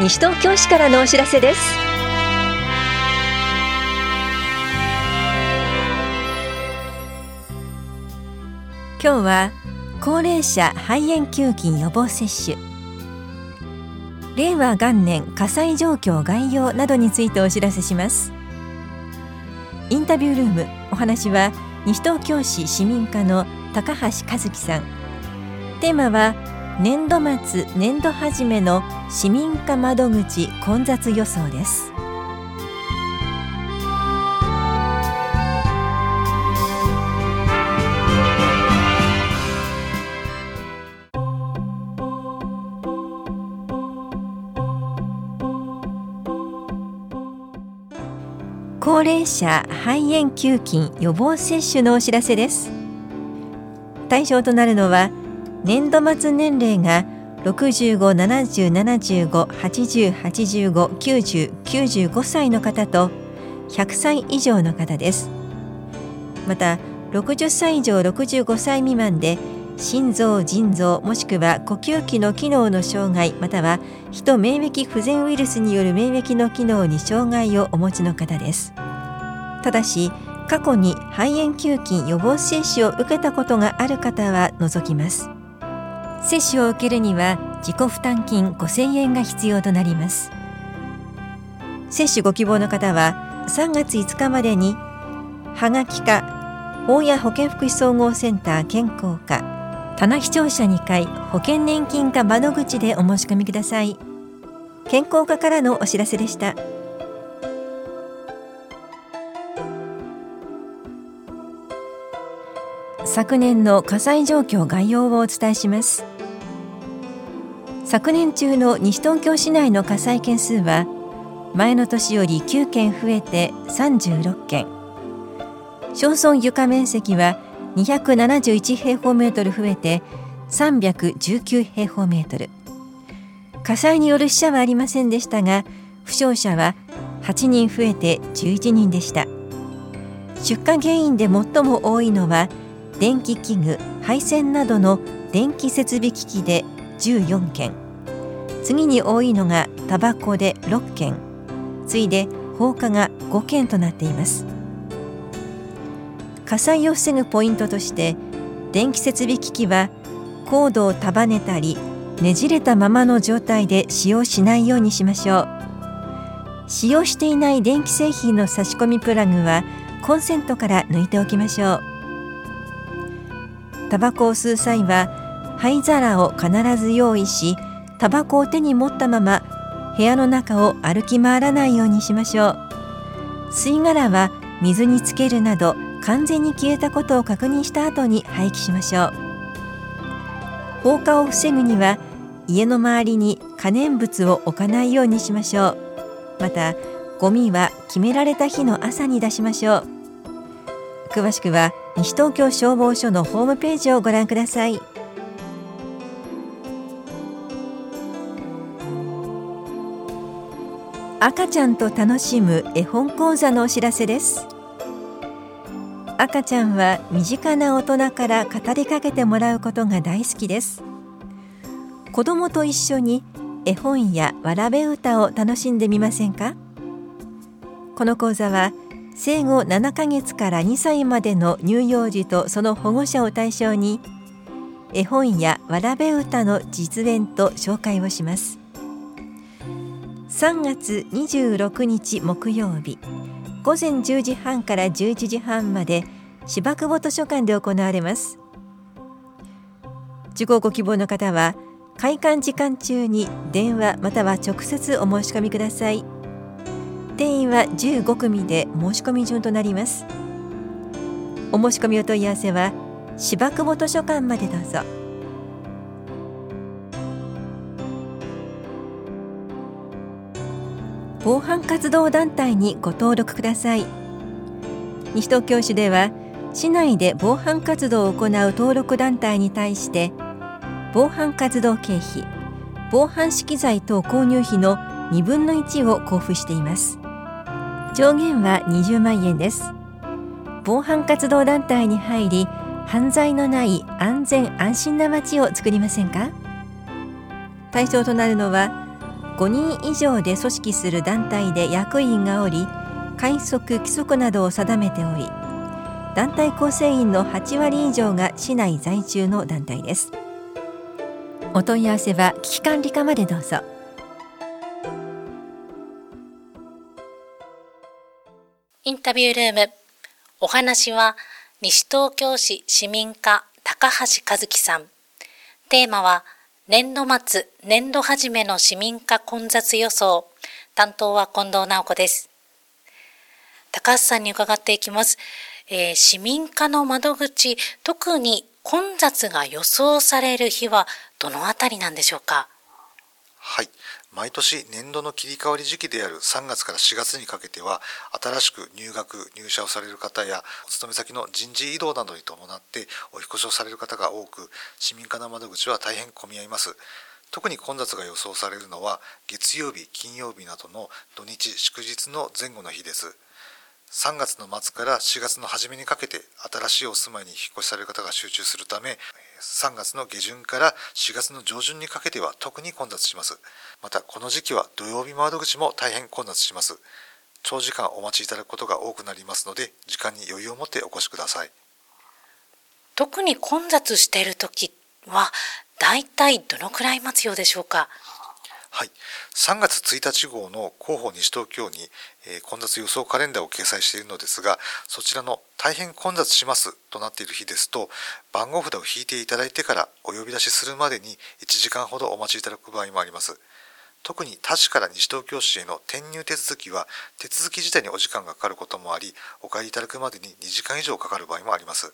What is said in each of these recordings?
西東京市からのお知らせです。今日は高齢者肺炎球菌予防接種、令和元年火災状況概要などについてお知らせします。インタビュールーム、お話は西東京市市民課の高橋和樹さん。テーマは年度末年度始めの市民課窓口混雑予想です。高齢者肺炎球菌予防接種のお知らせです。対象となるのは年度末年齢が65、70、75、80、85、90、95歳の方と100歳以上の方です。また60歳以上65歳未満で心臓、腎臓もしくは呼吸器の機能の障害、またはヒト免疫不全ウイルスによる免疫の機能に障害をお持ちの方です。ただし過去に肺炎球菌予防接種を受けたことがある方は除きます。接種を受けるには自己負担金5000円が必要となります。接種ご希望の方は3月5日までにはがきか大谷保健福祉総合センター健康課棚視聴者2階保険年金課窓口でお申し込みください。健康課からのお知らせでした。昨年の火災状況概要をお伝えします。昨年中の西東京市内の火災件数は前の年より9件増えて36件、焼損床面積は271平方メートル増えて319平方メートル、火災による死者はありませんでしたが負傷者は8人増えて11人でした。出火原因で最も多いのは電気器具、配線などの電気設備機器で14件、次に多いのがタバコで6件、次いで放火が5件となっています。火災を防ぐポイントとして電気設備機器はコードを束ねたりねじれたままの状態で使用しないようにしましょう。使用していない電気製品の差し込みプラグはコンセントから抜いておきましょう。タバコを吸う際は灰皿を必ず用意し、タバコを手に持ったまま部屋の中を歩き回らないようにしましょう。吸い殻は水につけるなど完全に消えたことを確認した後に廃棄しましょう。放火を防ぐには家の周りに可燃物を置かないようにしましょう。またゴミは決められた日の朝に出しましょう。詳しくは西東京消防署のホームページをご覧ください。赤ちゃんと楽しむ絵本講座のお知らせです。赤ちゃんは身近な大人から語りかけてもらうことが大好きです。子供と一緒に絵本やわらべ歌を楽しんでみませんか？この講座は生後7ヶ月から2歳までの乳幼児とその保護者を対象に絵本やわらべ歌の実演と紹介をします。3月26日木曜日午前10時半から11時半まで芝久保図書館で行われます。受講ご希望の方は開館時間中に電話または直接お申し込みください。定員は15組で申し込み順となります。お申し込みお問い合わせは芝久保図書館までどうぞ。防犯活動団体にご登録ください。西東京市では市内で防犯活動を行う登録団体に対して防犯活動経費、防犯資機材等購入費の2分の1を交付しています。上限は20万円です。防犯活動団体に入り犯罪のない安全安心な街を作りませんか？対象となるのは 5人以上で組織する団体で役員がおり、会則・規則などを定めており、団体構成員の8割以上が市内在住の団体です。お問い合わせは危機管理課までどうぞ。 インタビュールーム。お話は西東京市市民課高橋和樹さん。テーマは年度末年度始めの市民課混雑予想。担当は近藤直子です。高橋さんに伺っていきます。市民課の窓口、特に混雑が予想される日はどのあたりなんでしょうか。 はい、毎年年度の切り替わり時期である3月から4月にかけては、新しく入社をされる方やお勤め先の人事異動などに伴ってお引越しをされる方が多く、市民課の窓口は大変混み合います。特に混雑が予想されるのは月曜日、金曜日などの土日祝日の前後の日です。3月の末から4月の初めにかけて新しいお住まいに引っ越しされる方が集中するため、3月の下旬から4月の上旬にかけては特に混雑します。またこの時期は土曜日窓口も大変混雑します。長時間お待ちいただくことが多くなりますので、時間に余裕を持ってお越しください。 特に混雑している時はだいたいどのくらい待つようでしょうか。 はい、3月1日号の広報西東京に、混雑予想カレンダーを掲載しているのですが、そちらの大変混雑しますとなっている日ですと、番号札を引いていただいてからお呼び出しするまでに1時間ほどお待ちいただく場合もあります。特に他市から西東京市への転入手続きは手続き自体にお時間がかかることもあり、お帰りいただくまでに2時間以上かかる場合もあります。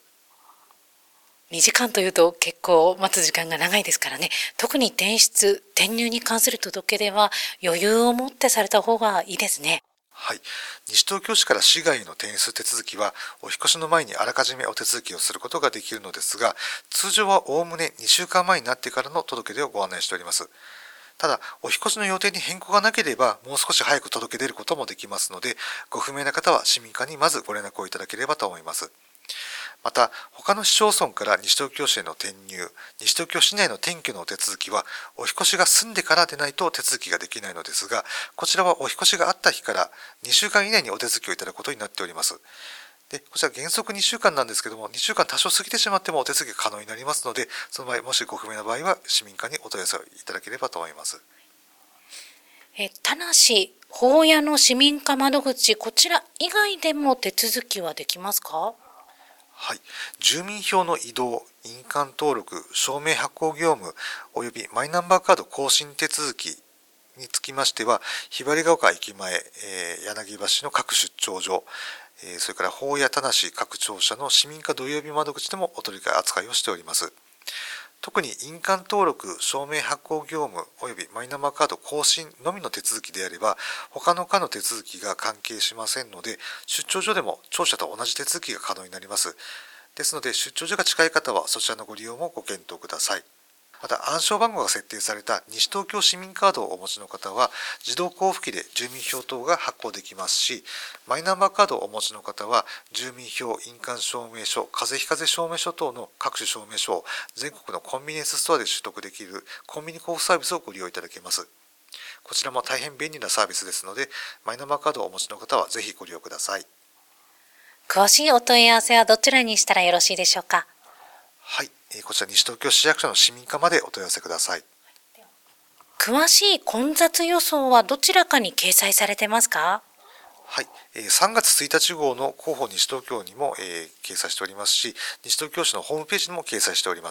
2時間というと結構待つ時間が長いですからね。特に転入に関する届け出は余裕を持ってされた方がいいですね。 はい、西東京市から市外への転出手続きはお引越しの前にあらかじめお手続きをすることができるのですが、通常はおおむね2週間前になってからの届け出をご案内しております。ただお引越しの予定に変更がなければもう少し早く届け出ることもできますので、ご不明な方は市民課にまずご連絡をいただければと思います。また他の市町村から西東京市への転入、西東京市内の転居のお手続きはお引越しが済んでからでないと手続きができないのですが、こちらはお引越しがあった日から2週間以内にお手続きをいただくことになっております。でこちら原則2週間なんですけども、2週間多少過ぎてしまってもお手続きが可能になりますので、その場合もしご不明な場合は市民課にお問い合わせをいただければと思います。 田無保谷の市民課窓口、こちら以外でも手続きはできますか。 はい、住民票の移動、印鑑登録、証明発行業務およびマイナンバーカード更新手続きにつきましては、ひばりが丘駅前、柳橋の各出張所、それから保谷田無各庁舎の市民課土曜日窓口でもお取り扱いをしております。特に印鑑登録、証明発行業務およびマイナンバーカード更新のみの手続きであれば、他の課の手続きが関係しませんので、出張所でも庁舎と同じ手続きが可能になります。ですので出張所が近い方はそちらのご利用もご検討ください。また暗証番号が設定された西東京市民カードをお持ちの方は自動交付機で住民票等が発行できますし、マイナンバーカードをお持ちの方は住民票、印鑑証明書、風邪非風邪証明書等の各種証明書を全国のコンビニエンスストアで取得できるコンビニ交付サービスをご利用いただけます。こちらも大変便利なサービスですので、マイナンバーカードをお持ちの方はぜひご利用ください。 詳しいお問い合わせはどちらにしたらよろしいでしょうか。 はい、こちら西東京市役所の市民課までお問い合わせください。 詳しい混雑予想はどちらかに掲載されてますか。 はい、3月1日号の広報西東京にも、掲載しておりますし、西東京市のホームページにも掲載しております。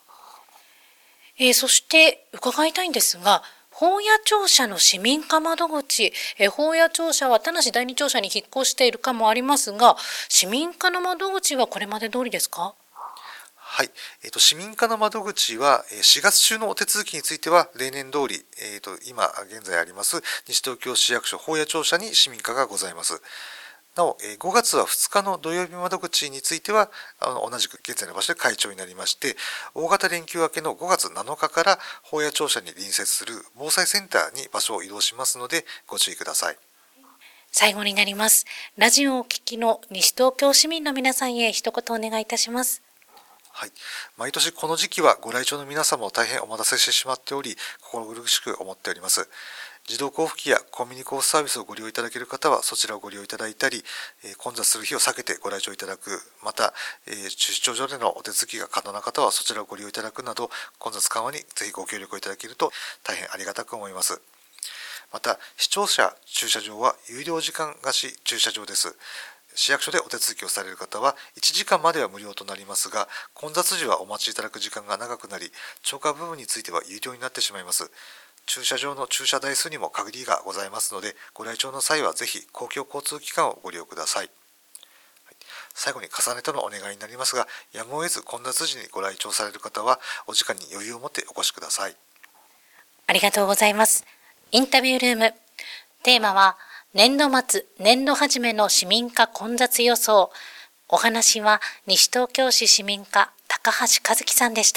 そして伺いたいんですが、保谷庁舎の市民課窓口、保谷庁舎は田無第二庁舎に引っ越している課もありますが、市民課の窓口はこれまで通りですか。 はい、市民課の窓口は4月中のお手続きについては例年通り、今現在あります西東京市役所保谷庁舎に市民課がございます。なお5月は2日の土曜日窓口については同じく現在の場所で開庁になりまして、大型連休明けの5月7日から保谷庁舎に隣接する防災センターに場所を移動しますのでご注意ください。 最後になります。ラジオをお聞きの西東京市民の皆さんへ一言お願いいたします。 はい、毎年この時期はご来庁の皆様を大変お待たせしてしまっており、心苦しく思っております。自動交付機やコンビニ交付サービスをご利用いただける方はそちらをご利用いただいたり、混雑する日を避けてご来庁いただく、また、出張所でのお手続きが可能な方はそちらをご利用いただくなど、混雑緩和にぜひご協力をいただけると大変ありがたく思います。また、視聴者駐車場は有料時間貸し駐車場です。市役所でお手続きをされる方は1時間までは無料となりますが、混雑時はお待ちいただく時間が長くなり、超過部分については有料になってしまいます。駐車場の駐車台数にも限りがございますので、ご来庁の際はぜひ公共交通機関をご利用ください。最後に重ねてのお願いになりますが、やむを得ず混雑時にご来庁される方はお時間に余裕を持ってお越しください。 ありがとうございます。インタビュールーム。テーマは、年度末、年度初めの市民課混雑予想。お話は西東京市市民課高橋和樹さんでした。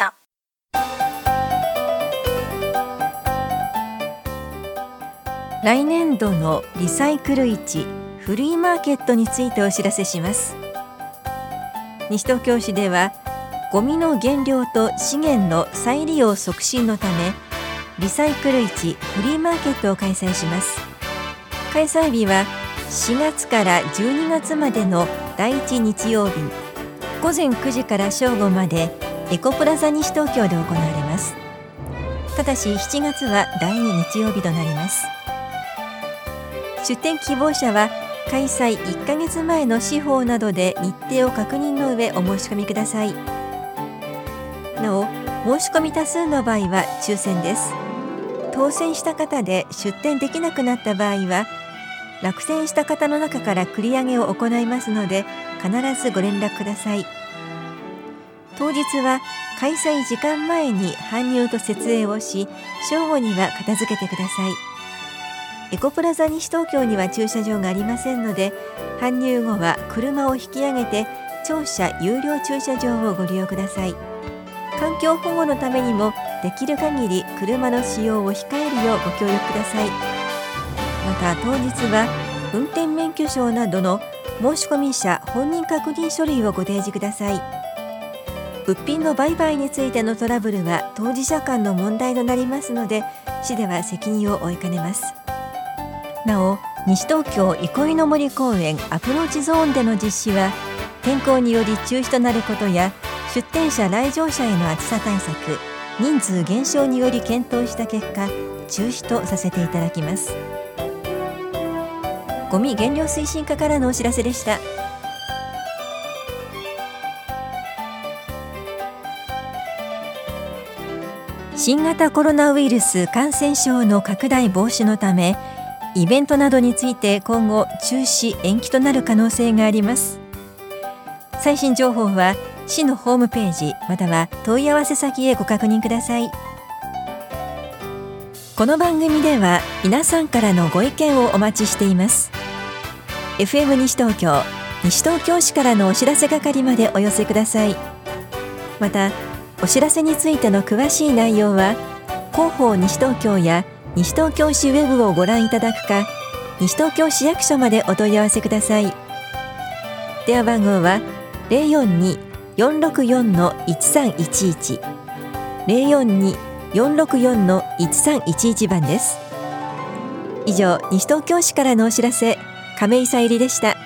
来年度のリサイクル市フリーマーケットについてお知らせします。西東京市ではゴミの減量と資源の再利用促進のため、リサイクル市フリーマーケットを開催します。開催日は4月から12月までの第1日曜日、午前9時から正午までエコプラザ西東京で行われます。ただし7月は第2日曜日となります。出店希望者は開催1ヶ月前の司法などで日程を確認の上お申し込みください。なお、申し込み多数の場合は抽選です。当選した方で出店できなくなった場合は落選した方の中から繰り上げを行いますので、必ずご連絡ください。当日は開催時間前に搬入と設営をし、正午には片付けてください。エコプラザ西東京には駐車場がありませんので、搬入後は車を引き上げて庁舎有料駐車場をご利用ください。環境保護のためにもできる限り車の使用を控えるようご協力ください。また当日は運転免許証などの申し込み者本人確認書類をご提示ください。物品の売買についてのトラブルは当事者間の問題となりますので、市では責任を負いかねます。なお、西東京憩いの森公園アプローチゾーンでの実施は天候により中止となることや、出店者来場者への暑さ対策、人数減少により検討した結果、中止とさせていただきます。ゴミ減量推進課からのお知らせでした。新型コロナウイルス感染症の拡大防止のため、イベントなどについて今後中止・延期となる可能性があります。最新情報は市のホームページまたは問い合わせ先へご確認ください。この番組では皆さんからのご意見をお待ちしています。FM 西東京、西東京市からのお知らせ係までお寄せください。また、お知らせについての詳しい内容は広報西東京や西東京市ウェブをご覧いただくか、西東京市役所までお問い合わせください。電話番号は 042-464-1311 042-464-1311 番です。以上、西東京市からのお知らせ、亀井さゆりでした。